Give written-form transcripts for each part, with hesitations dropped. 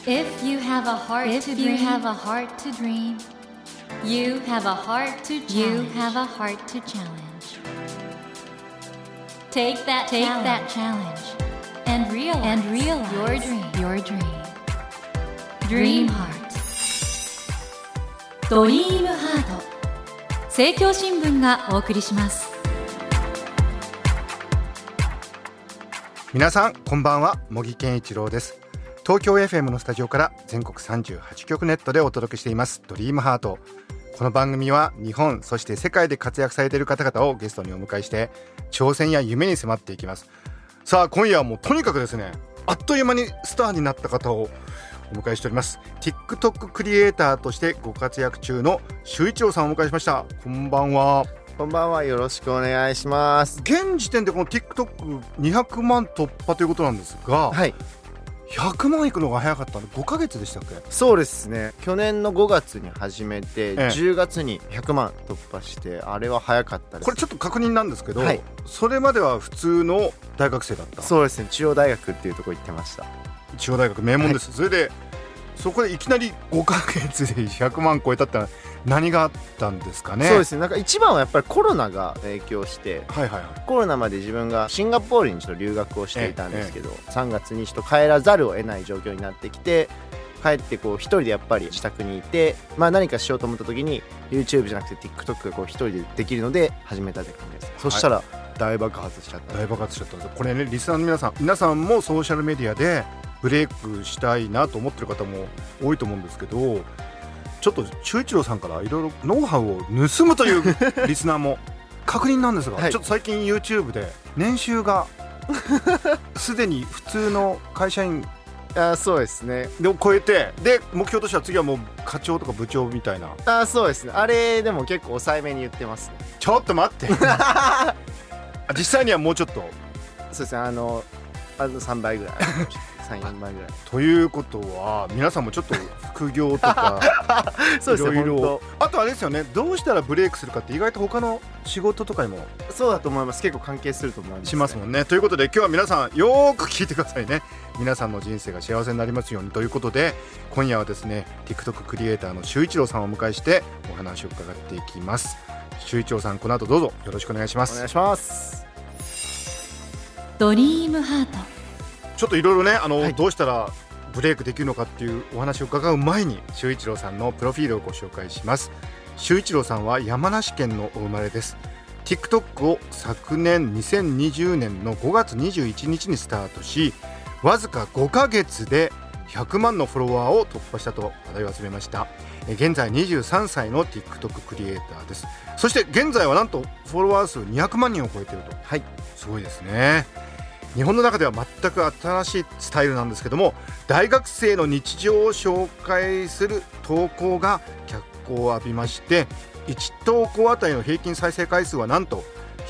If you have a heart to dream, you have a heart to dream. You have a heart to challenge. You have a heart to challenge. Take that challenge and realize your dream. Dream Heart. ドリームハート。政教新聞がお送りします。 皆さんこんばんは、茂木健一郎です。東京 FM のスタジオから全国38局ネットでお届けしていますドリームハート。この番組は日本そして世界で活躍されている方々をゲストにお迎えして挑戦や夢に迫っていきます。さあ今夜はもうとにかくですね、あっという間にスターになった方をお迎えしております。 TikTok クリエイターとしてご活躍中の秀一郎さんをお迎えしました。こんばんは。 こんばんは、よろしくお願いします。 現時点でこの TikTok200 万突破ということなんですが、 はい、 100万いくのが早かったので5ヶ月でしたっけ？ そうですね、去年の5月に始めて、10月に100万突破して、あれは早かったです。 これちょっと確認なんですけど、 はい、 それまでは普通の大学生だった？ そうですね、中央大学っていうところ行ってました。 中央大学名門です、はい、それでそこでいきなり5ヶ月で100万超えたって何があったんですかね？ そうですね、なんか一番はやっぱりコロナが影響して、 はいはいはい、 コロナまで自分がシンガポールにちょっと留学をしていたんですけど、3月にちょっと帰らざるを得ない状況になってきて、帰ってこう一人でやっぱり自宅にいて、何かしようと思った時に YouTube じゃなくて TikTok がこう一人でできるので始めたって感じです、はい、そしたら大爆発しちゃった。 大爆発しちゃったんです。これね、リスナーの皆さんもソーシャルメディアでブレイクしたいなと思ってる方も多いと思うんですけど、ちょっと秀一郎さんからいろいろノウハウを盗むというリスナーも確認なんですが、はい、ちょっと最近 YouTube で年収がすでに普通の会社員そうですねで超えて、で目標としては次はもう課長とか部長みたいな。 そうですね、あれでも結構抑えめに言ってます、ね、 ちょっと待って実際にはもうちょっと。 そうですね、3倍ぐらい3、4倍ぐらいということは皆さんもちょっと副業とかそうですね、 いろいろ。あとあれですよね、どうしたらブレイクするかって意外と他の仕事とかにもそうだと思います。結構関係すると思います、ね、 しますもんね。ということで今日は皆さんよーく聞いてくださいね。皆さんの人生が幸せになりますようにということで、今夜はですね TikTok クリエイターの秀一郎さんをお迎えしてお話を伺っていきます。秀一郎さん、この後どうぞよろしくお願いします。 お願いします。 ドリームハート。 ちょっといろいろね、 はい、 どうしたらブレイクできるのかっていうお話を伺う前に秀一郎さんのプロフィールをご紹介します。秀一郎さんは山梨県のお生まれです。 TikTok を昨年2020年の5月21日にスタートし、わずか5ヶ月で100万のフォロワーを突破したと話題を集めました。現在23歳の TikTok クリエイターです。そして現在はなんとフォロワー数200万人を超えていると、 はい、すごいですね。日本の中では全く新しいスタイルなんですけども、大学生の日常を紹介する投稿が脚光を浴びまして、1投稿あたりの平均再生回数はなんと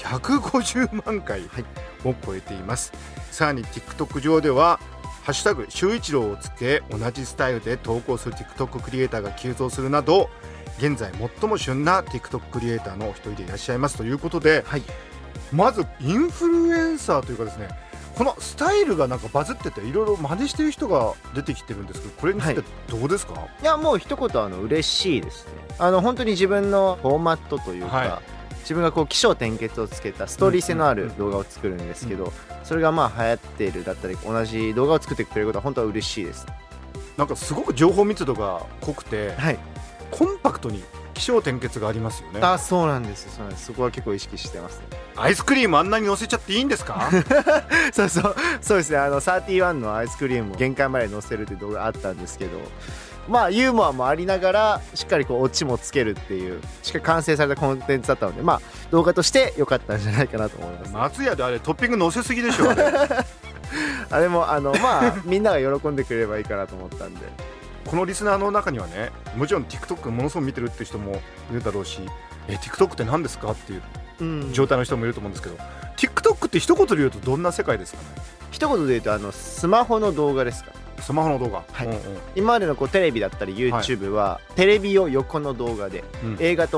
150万回を超えています、さらに TikTok 上ではハッシュタグ秀一郎をつけ、同じスタイルで投稿する TikTok クリエイターが急増するなど、現在最も旬な TikTok クリエイターのお一人でいらっしゃいますということで、はい、まずインフルエンサーというかですね、このスタイルがなんかバズってていろいろ真似してる人が出てきてるんですけど、これについてどうですか？ いや、もう一言嬉しいですね。本当に自分のフォーマットというか、はい、自分がこう起承転結をつけたストーリー性のある動画を作るんですけど、それが流行っているだったり同じ動画を作ってくれることは本当は嬉しいです。 なんかすごく情報密度が濃くて、 はい、 コンパクトに起承転結がありますよね。 そうなんですよ、そうなんです。そこは結構意識してますね。 アイスクリームあんなに乗せちゃっていいんですか？ そうですね、31のアイスクリームを限界まで乗せるって動画あったんですけど、ユーモアもありながらしっかりこうオチもつけるっていうしっかり完成されたコンテンツだったので、動画として良かったんじゃないかなと思います。 松屋であれトッピング乗せすぎでしょあれあれもみんなが喜んでくれればいいかなと思ったんで。 このリスナーの中にはね、もちろん TikTok ものすごく見てるって人もいるだろうし、TikTok って何ですかっていう状態の人もいると思うんですけど、TikTok って一言で言うとどんな世界ですかね？ 一言で言うとスマホの動画ですか？ スマホの動画、 はい、今までのテレビだったり YouTube は、テレビを横の動画で、映画と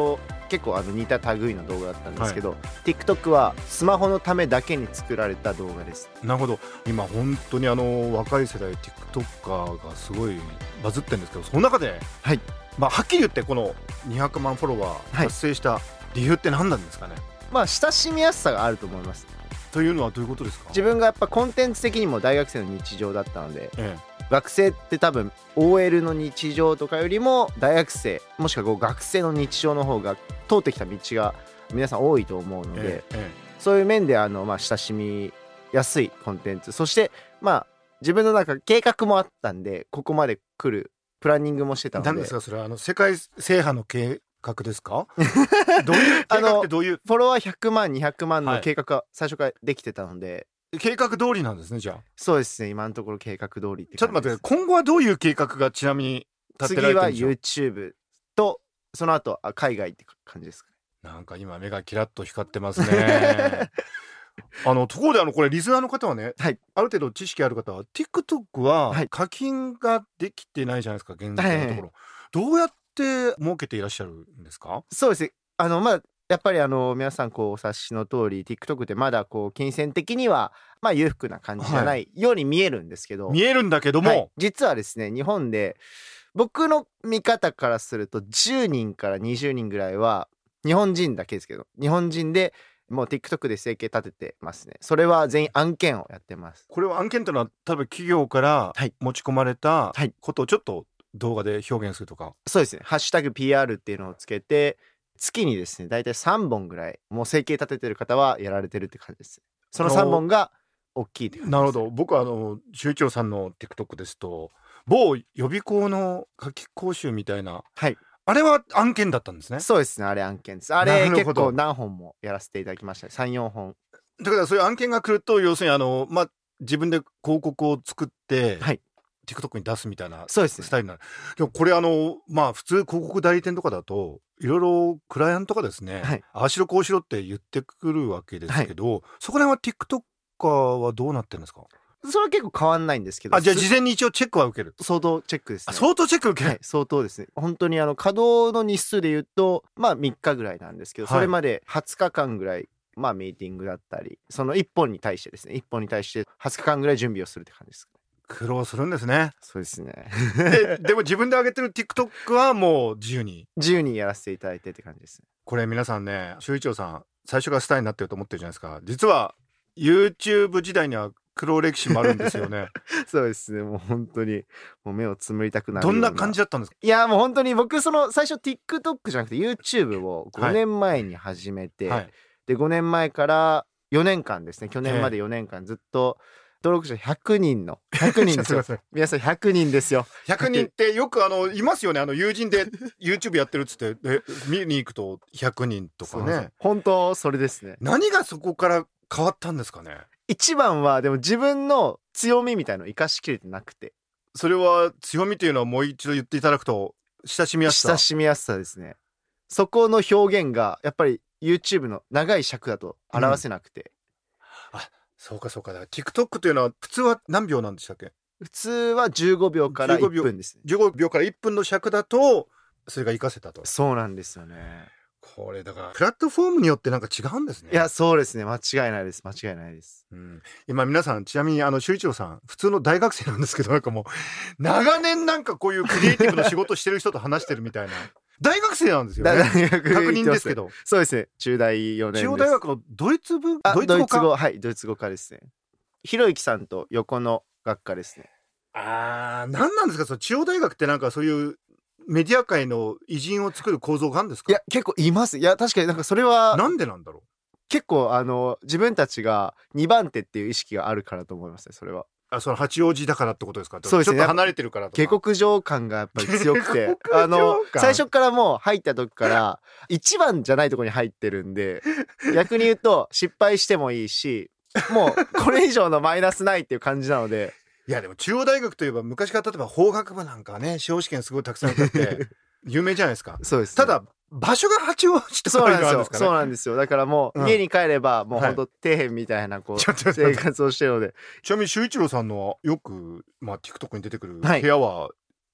結構似た類の動画だったんですけど、TikTok はスマホのためだけに作られた動画です。 なるほど。今本当に若い世代 TikToker がすごいバズってるんですけど、その中で、 はいはっきり言ってこの200万フォロワー達成した理由って何なんですかね。 親しみやすさがあると思います。 というのはどういうことですか。 自分がやっぱコンテンツ的にも大学生の日常だったので、 え学生って多分 OL の日常とかよりも大学生もしくは学生の日常の方が通ってきた道が皆さん多いと思うので、そういう面で親しみやすいコンテンツ、そして自分の中計画もあったんでここまで来るプランニングもしてたので。 何ですかそれは世界制覇の計画ですかどういう計画ってどういうフォロワー100万200万の計画が最初からできてたので、 計画通りなんですね。じゃあそうですね、今のところ計画通りって感じです。 ちょっと待って、今後はどういう計画がちなみに立てられてるんでしょう。 次は YouTube とその後海外って感じですかね。 なんか今目がキラッと光ってますねところでこれリスナーの方はね、ある程度知識ある方は TikTok は課金ができてないじゃないですか現在のところ、どうやって儲けていらっしゃるんですか。 そうですね、やっぱり皆さんお察しの通り TikTok ってまだ金銭的には裕福な感じじゃないように見えるんですけど、 見えるんだけども、 実はですね日本で僕の見方からすると10人から20人ぐらいは日本人だけですけど日本人でもう TikTok で生計立ててますね。それは全員案件をやってます。 これは案件というのは例えば企業から持ち込まれたことをちょっと動画で表現するとか、 そうですね、ハッシュタグ PR っていうのをつけて月にですねだいたい3本ぐらいもう生計立ててる方はやられてるって感じです。その3本が大きいって感じです。 なるほど。僕は周一郎さんの TikTok ですと某予備校の夏季講習みたいな、あれは案件だったんですね。 そうですね、あれ案件です。あれ結構何本もやらせていただきました。3、4本。 だからそういう案件が来ると要するに自分で広告を作って、TikTok に出すみたいなスタイルになる。でもこれ普通広告代理店とかだといろいろクライアントがですね、ああしろこうしろって言ってくるわけですけど、そこら辺は TikToker はどうなってるんですか。 それは結構変わんないんですけど。 じゃあ事前に一応チェックは受ける。 相当チェックですね。 相当チェック受ける。 相当ですね。本当に稼働の日数で言うと3日ぐらいなんですけど、それまで20日間ぐらいミーティングだったりその1本に対してですね1本に対して20日間ぐらい準備をするって感じです。 苦労するんですね。 そうですねでも自分で上げてる TikTok はもう自由にやらせていただいてって感じですね。 これ皆さんね、周一郎さん最初からスターになってると思ってるじゃないですか。実は YouTube 時代には黒歴史もあるんですよねそうですね、もう本当にもう目をつむりたくなるような。 どんな感じだったんですか。 いやもう本当に僕最初 TikTok じゃなくて YouTube を5年前に始めて、で5年前から4年間ですね、去年まで4年間ずっと登録者100人ですよ皆さん100人ですよ。 100人ってよくいますよね、友人で YouTube やってるっつって見に行くと100人とかね。 本当それですね。 何がそこから変わったんですかね。 一番はでも自分の強みみたいのを生かしきれてなくて。 それは強みというのはもう一度言っていただくと親しみやすさですね。そこの表現がやっぱり YouTube の長い尺だと表せなくて、 そうかだから TikTok というのは普通は何秒なんでしたっけ。 普通は15秒から1分ですね。 15秒から1分の尺だとそれが活かせたと。 そうなんですよね。 これだからプラットフォームによってなんか違うんですね。 いやそうですね、間違いないです、 今皆さんちなみに周一郎さん普通の大学生なんですけど、なんかもう長年なんかこういうクリエイティブな仕事してる人と話してるみたいな大学生なんですよね。確認ですけど。 そうですね、中大4年です。 中央大学のドイツ語ドイツ語科ですね。ひろゆきさんと横の学科ですね。 何なんですかその中央大学ってなんかそういうメディア界の偉人を作る構造があるんですか。 いや結構います。いや確かになんかそれはなんでなんだろう。 結構自分たちが2番手っていう意識があるからと思いますね。それはその八王子だからってことですか。 そうですね、 ちょっと離れてるからとか。 下克上感がやっぱり強くて最初からもう入った時から一番じゃないところに入ってるんで逆に言うと失敗してもいいしもうこれ以上のマイナスないっていう感じなのでいやでも中央大学といえば昔から例えば法学部なんかね司法試験すごいたくさん受けて有名じゃないですか。 そうです、ね、 ただ場所が八王子とかいうのあるんですかね。 そうなんですよ。だからもう家に帰ればもうほんと底辺みたいな生活をしてるので。 ちなみに周一郎さんのよくTikTok に出てくる部屋は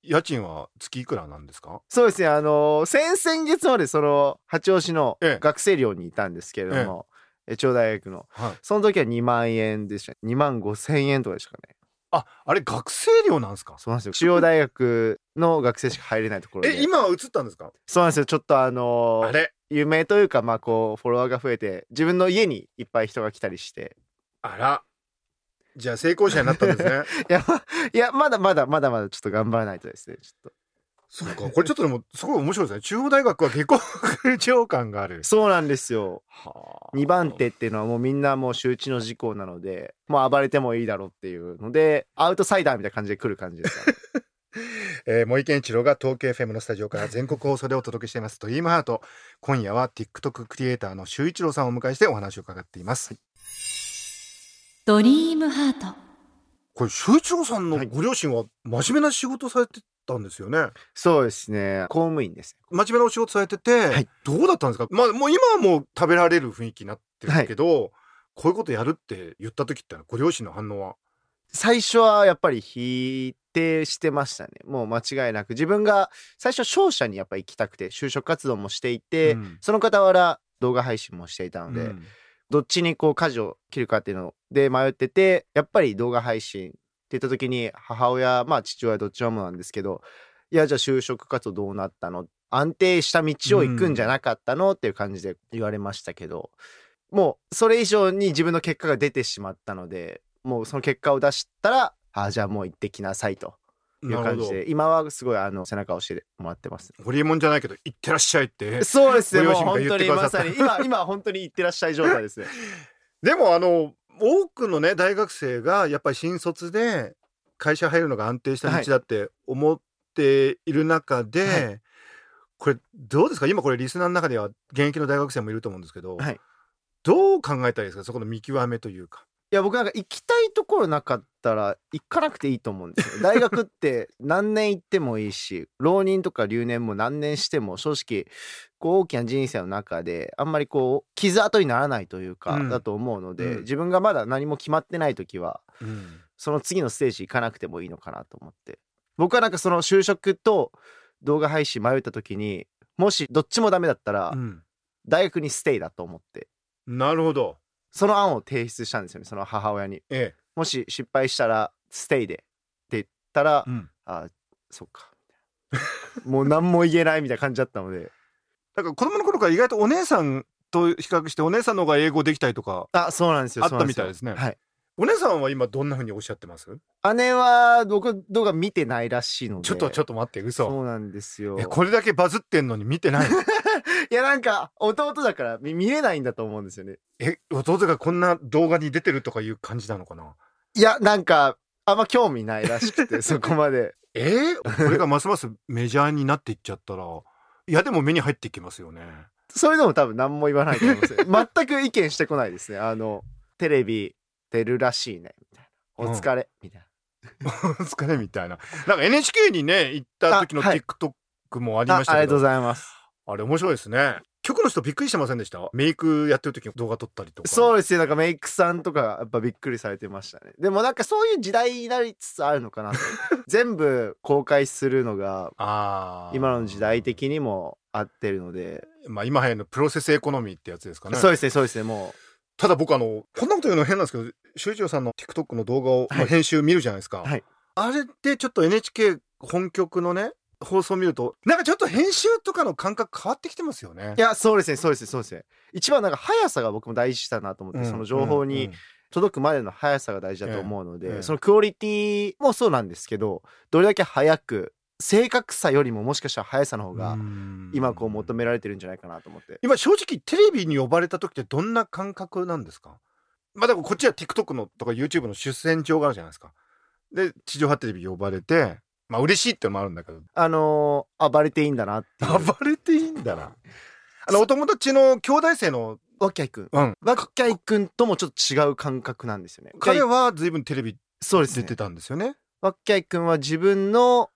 家賃は月いくらなんですか？ そうですね、先々月までその八王子のええ学生寮にいたんですけれども、中央大学のはい。 その時は2万円でしたね。2万5千円とかでしたかね。 あれ学生寮なんですか？ そうなんですよ。中央大学の学生しか入れないところで。 今は移ったんですか？ そうなんですよ。ちょっとあれ有名というか、まあこうフォロワーが増えて、自分の家にいっぱい人が来たりして。 あら、じゃあ成功者になったんですね。 いやまだまだちょっと頑張らないとですね。ちょっと。 そうか、これちょっとでもすごい面白いですね。中央大学は結構空調感がある。 そうなんですよ。 はあ。 2番手っていうのはもうみんなもう周知の事項なので、もう暴れてもいいだろうっていうので、アウトサイダーみたいな感じで来る感じですからね。 森健一郎が東京 FM のスタジオから全国放送でお届けしていますドリームハート。今夜は TikTok クリエイターの周一郎さんをお迎えしてお話を伺っています。 ドリームハート。 これ周一郎さんのご両親は真面目な仕事されてたんですよね。 そうですね。公務員です。 真面目なお仕事されてて、 はい、 どうだったんですか？まあもう今はもう食べられる雰囲気になってるけど、こういうことやるって言った時ってご両親の反応は？ 最初はやっぱり否定してましたね。もう間違いなく自分が最初商社にやっぱ行きたくて就職活動もしていて、その傍ら動画配信もしていたので、どっちにこう舵を切るかっていうので迷ってて、やっぱり動画配信って言った時に母親まあ父親どっちもなんですけど、いやじゃあ就職活動どうなったの、安定した道を行くんじゃなかったのっていう感じで言われましたけど、もうそれ以上に自分の結果が出てしまったので、もうその結果を出したらじゃあもう行ってきなさいという感じで、今はすごい背中を押してもらってます。 ホリエモンじゃないけど行ってらっしゃいって。 そうですね、もう本当にまさに今本当に行ってらっしゃい状態ですね。 でも多くのね大学生がやっぱり新卒で会社入るのが安定した道だって思っている中で、これどうですか？今これリスナーの中では現役の大学生もいると思うんですけど、どう考えたらいいですか？そこの見極めというか。 いや僕なんか行きたいところなかったら行かなくていいと思うんですよ。大学って何年行ってもいいし、浪人とか留年も何年しても正直こう大きな人生の中であんまりこう傷跡にならないというか、だと思うので、自分がまだ何も決まってない時は、その次のステージ行かなくてもいいのかなと思って、僕はなんかその就職と動画配信迷った時に、もしどっちもダメだったら、大学にステイだと思って。 なるほど。 その案を提出したんですよね、その母親に。もし失敗したらステイでって言ったら、そっかもう何も言えないみたいな感じだったので。 だから子供の頃から意外とお姉さんと比較してお姉さんの方が英語できたりとかそうなんですよ。 あったみたいですね。お姉さんは今どんな風におっしゃってます？ 姉は僕動画見てないらしいので。ちょっと待って、嘘。 そうなんですよ。 これだけバズってんのに見てない。 いやなんか弟だから見れないんだと思うんですよね。 弟がこんな動画に出てるとかいう感じなのかな？ いやなんかあんま興味ないらしくてそこまで。 これがますますメジャーになっていっちゃったら、いやでも目に入ってきますよね。 それでも多分何も言わないと思います全く意見してこないですね。テレビ出るらしいねみたいな、お疲れみたいな。 お疲れみたいな。なんか NHK にね行った時の TikTok もありましたけど、 ありがとうございます。 あれ面白いですね。局の人びっくりしてませんでした？メイクやってる時に動画撮ったりとか。 そうですね、なんかメイクさんとかやっぱびっくりされてましたね。でもなんかそういう時代になりつつあるのかなと全部公開するのが今の時代的にも合ってるので、 今流行るのプロセスエコノミーってやつですかね。 そうですね。もうただ僕こんなこと言うの変なんですけど、周一郎さんの TikTok の動画を、編集見るじゃないですか、あれでちょっと NHK 本局のね放送見るとなんかちょっと編集とかの感覚変わってきてますよね。 いやそうですね。一番なんか速さが僕も大事だなと思って、その情報に届くまでの速さが大事だと思うので、そのクオリティもそうなんですけど、どれだけ速く、正確さよりももしかしたら速さの方が今こう求められてるんじゃないかなと思って。 今正直テレビに呼ばれた時ってどんな感覚なんですか？だからこっちは TikTok のとか YouTube の出演場があるじゃないですか。で地上波テレビ呼ばれて、嬉しいってのもあるんだけど、 暴れていいんだなっていう。 暴れていいんだな。お友達の兄弟生のわっきゃいくん、わっきゃいくんともちょっと違う感覚なんですよね。 彼は随分テレビ出てたんですよね。 わっきゃいくんは自分の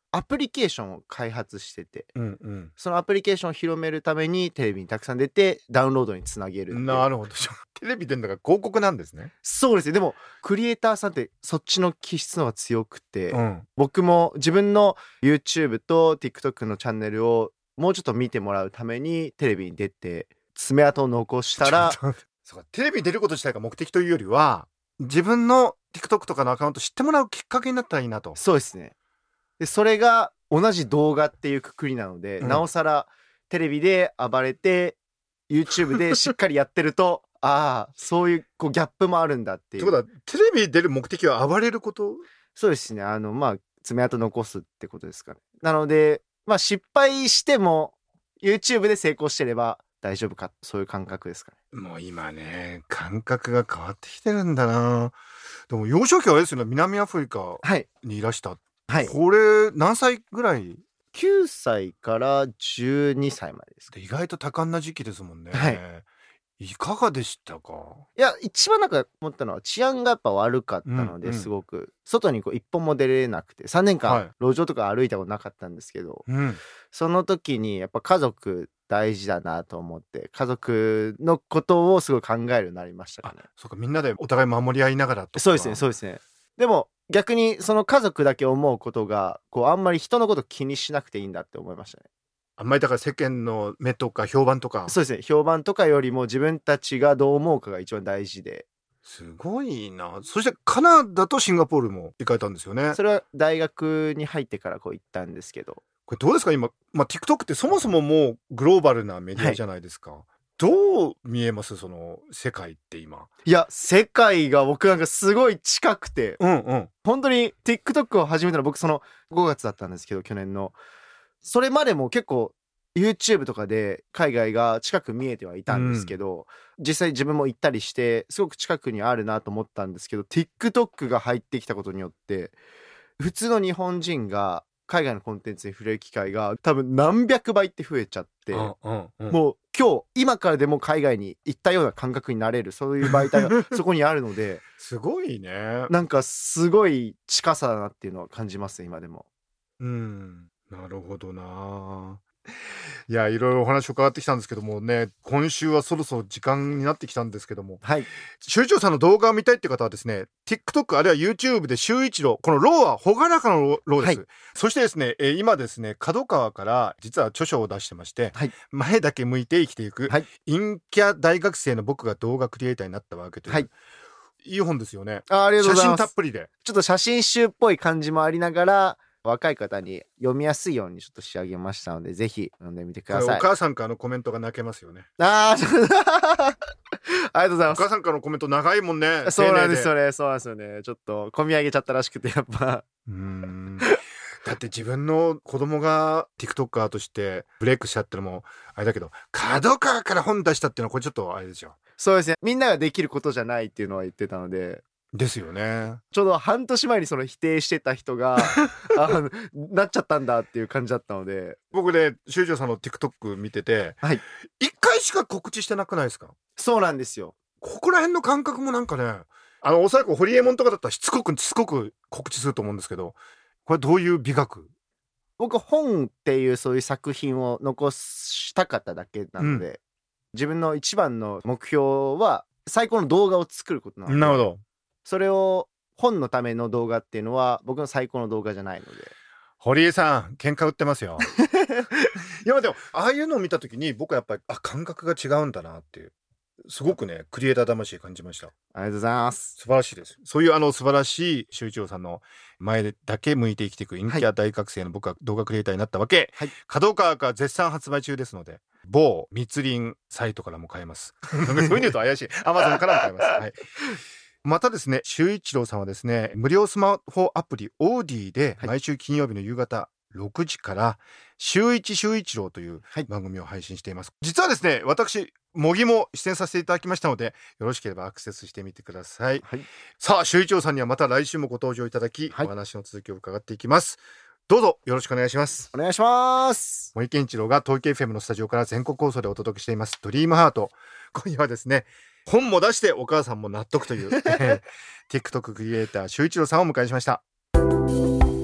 アプリケーションを開発してて、 うんうん、 そのアプリケーションを広めるためにテレビにたくさん出てダウンロードにつなげるっていう。 なるほど。テレビ出るのが広告なんですね。 そうですね。でもクリエイターさんってそっちの気質の方が強くて、 うん、 僕も自分の YouTube と TikTok のチャンネルをもうちょっと見てもらうためにテレビに出て爪痕を残したらそうか、テレビに出ること自体が目的というよりは自分の TikTok とかのアカウント知ってもらうきっかけになったらいいなと。 そうですね。でそれが同じ動画っていうくくりなので、なおさらテレビで暴れて YouTube でしっかりやってるとああそういうこうギャップもあるんだっていう。 ってことはテレビに出る目的は暴れること？ そうですね。まあ爪痕残すってことですかね。なのでまあ失敗しても YouTube で成功してれば大丈夫か、そういう感覚ですかね。 もう今ね感覚が変わってきてるんだな。でも幼少期はあれですよね、南アフリカにいらした、 はい、 これ何歳ぐらい ？9歳から12歳までです。 意外と多感な時期ですもんね。 はい。 いかがでしたか？ いや一番なんか思ったのは治安がやっぱ悪かったので、すごく外にこう一歩も出れなくて3年間路上とか歩いたことなかったんですけど、その時にやっぱ家族大事だなと思って家族のことをすごい考えるようになりましたかね。 そうか、みんなでお互い守り合いながらとか。 そうですねそうですね。でも逆にその家族だけ思うことがこうあんまり人のこと気にしなくていいんだって思いましたね。 あんまりだから世間の目とか評判とか。 そうですね、評判とかよりも自分たちがどう思うかが一番大事で。 すごいな。そしてカナダとシンガポールも行かれたんですよね。 それは大学に入ってからこう行ったんですけど。 これどうですか今、TikTok ってそもそももうグローバルなメディアじゃないですか、どう見えますその世界って今？ いや世界が僕なんかすごい近くて、本当に TikTok を始めたの僕その5月だったんですけど、去年の。それまでも結構 YouTube とかで海外が近く見えてはいたんですけど、実際自分も行ったりしてすごく近くにあるなと思ったんですけど、 TikTok が入ってきたことによって普通の日本人が海外のコンテンツに触れる機会が多分何百倍って増えちゃって、もう今からでも海外に行ったような感覚になれる、そういう媒体がそこにあるのですごいね。 なんかすごい近さだなっていうのは感じます今でも。 なるほどな。いや、いろいろお話を伺ってきたんですけどもね、今週はそろそろ時間になってきたんですけども、修一郎さんの動画を見たいって方はですね、 TikTok あるいは YouTube で修一郎、このローは朗らかのローです、そしてですね、今ですね角川から実は著書を出してまして、前だけ向いて生きていく、陰キャ大学生の僕が動画クリエイターになったわけという、いい本ですよね。 ありがとうございます。 写真たっぷりでちょっと写真集っぽい感じもありながら若い方に読みやすいようにちょっと仕上げましたので、ぜひ読んでみてください。 お母さんからのコメントが泣けますよね。 ありがとうございます。 お母さんからのコメント長いもんね。 そうなんですよね、そうなんですよね。ちょっと込み上げちゃったらしくて、やっぱだって自分の子供が TikToker としてブレイクしたってのもあれだけど、角川から本出したっていうのはこれちょっとあれですよ。 そうですね、みんなができることじゃないっていうのは言ってたので。 ですよね。 ちょうど半年前にその否定してた人がなっちゃったんだっていう感じだったので、 僕ね修一郎さんの TikTok 見てて、1回しか告知してなくないですか？ そうなんですよ。 ここら辺の感覚もなんかね、おそらくホリエモンとかだったらしつこく告知すると思うんですけど、これどういう美学？ 僕本っていうそういう作品を残したかっただけなので、自分の一番の目標は最高の動画を作ることなので。 なるほど。 それを本のための動画っていうのは僕の最高の動画じゃないので。 堀江さん喧嘩売ってますよいやでもああいうのを見た時に僕はやっぱり感覚が違うんだなっていう、すごくねクリエイター魂感じました。 ありがとうございます。 素晴らしいです。そういう素晴らしい修一郎さんの前だけ向いて生きていく陰キャ大学生の僕は動画クリエイターになったわけ、角川が絶賛発売中ですので、某密林サイトからも買えますそういうの言うと怪しいAmazon からも買えます、またですね、修一郎さんはですね、無料スマホアプリオーディで毎週金曜日の夕方6時から週一修一郎という番組を配信しています。実はですね、私模擬も出演させていただきましたので、よろしければアクセスしてみてください。さあ修一郎さんにはまた来週もご登場いただき、お話の続きを伺っていきます。どうぞよろしくお願いします。 お願いします。 森健一郎が東京 FM のスタジオから全国放送でお届けしていますドリームハート。今夜はですね、本も出してお母さんも納得というTikTok クリエイター修一郎さんをお迎えしました。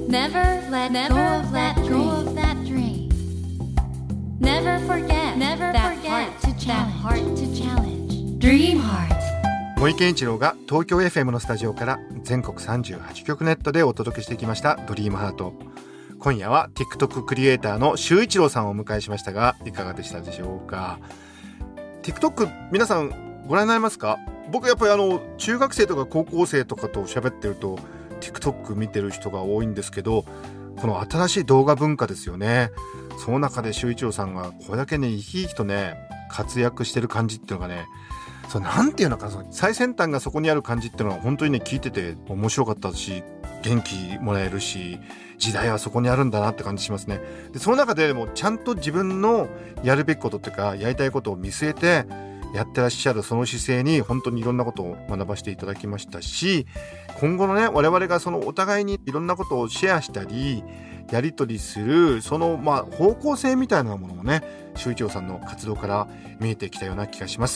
Never let go of that dream. Never forget that heart to challenge. Dream Heart. 森健一郎が東京 FM のスタジオから全国38局ネットでお届けしてきましたドリームハート。今夜は TikTok クリエイターの修一郎さんをお迎えしましたが、いかがでしたでしょうか。 TikTok 皆さんご覧になりますか？僕やっぱり中学生とか高校生とかと喋ってると TikTok 見てる人が多いんですけど、この新しい動画文化ですよね。その中で修一郎さんがこれだけね生き生きとね活躍してる感じっていうのがね、そうなんていうのかな、最先端がそこにある感じっていうのは本当にね聞いてて面白かったし、元気もらえるし、時代はそこにあるんだなって感じしますね。でその中でもちゃんと自分のやるべきことっていうかやりたいことを見据えてやってらっしゃるその姿勢に本当にいろんなことを学ばせていただきましたし、今後のね我々がそのお互いにいろんなことをシェアしたりやり取りするその方向性みたいなものもね修一郎さんの活動から見えてきたような気がします。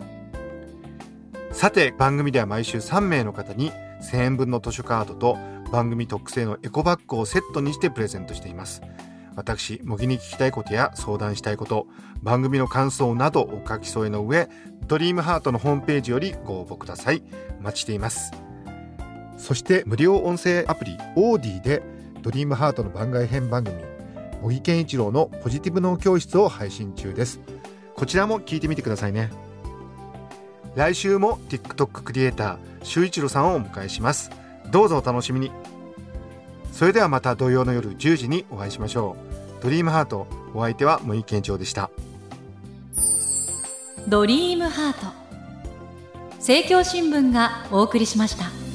さて番組では毎週3名の方に1000円分の図書カードと番組特製のエコバッグをセットにしてプレゼントしています。私模擬に聞きたいことや相談したいこと、番組の感想などお書き添えの上、ドリームハートのホームページよりご応募ください。お待ちしています。そして無料音声アプリオーディでドリームハートの番外編番組模擬健一郎のポジティブ脳教室を配信中です。こちらも聞いてみてくださいね。来週も TikTok クリエイター修一郎さんをお迎えします。どうぞお楽しみに。それではまた土曜の夜10時にお会いしましょう。ドリームハート、お相手は森健一郎でした。 ドリームハート、政教新聞がお送りしました。